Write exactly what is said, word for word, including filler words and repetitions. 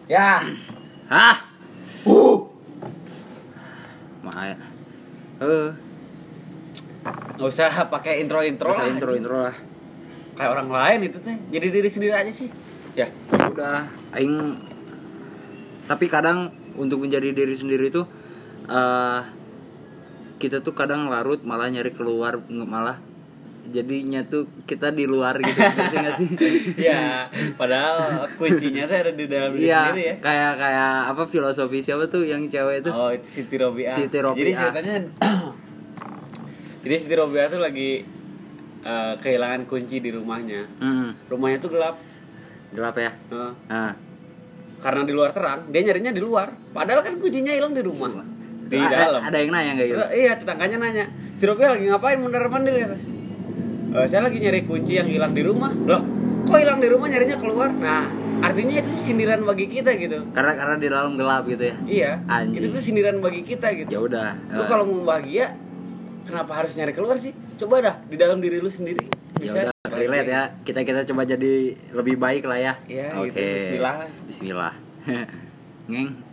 Ya. Hah? Uh. Maya. Eh, Nggak usah pakai intro-intro bisa lah. intro-intro lah. Kayak orang lain itu teh. Jadi diri sendiri aja sih. Ya. Udah, aing tapi kadang untuk menjadi diri sendiri itu uh, kita tuh kadang larut malah nyari keluar, malah jadinya tuh kita di luar gitu. Ngerti nggak sih? Ya, padahal kuncinya tuh ada di dalam diri Iya, sendiri ya. kayak kayak apa filosofi siapa tuh yang cewek itu? Oh, itu Siti Robiah. Siti Robiah. Jadi ceritanya Jadi Siti Robiah tuh lagi uh, kehilangan kunci di rumahnya. Mm, Rumahnya tuh gelap. gelap ya. Uh, Nah, karena di luar terang, dia nyarinya di luar. Padahal kan kuncinya hilang di rumah. Di a- dalam. ada yang nanya kayak gitu. Uh, iya, tetangganya nanya, "Si Robiah lagi ngapain mondar-mandir?" kata. "Eh, saya lagi nyari kunci yang hilang di rumah." "Loh, kok hilang di rumah nyarinya keluar?" Nah, artinya itu sindiran bagi kita gitu. Karena karena di dalam gelap gitu ya. Iya, Anjing. itu tuh sindiran bagi kita gitu. Ya udah. Lu eh, kalau mau bahagia, kenapa harus nyari keluar sih? Coba dah di dalam diri lu sendiri. ya Bisa. udah relate ya. Kita kita coba jadi lebih baik lah ya. Iya, Oke. gitu. Bismillah. Bismillah. Ngeng.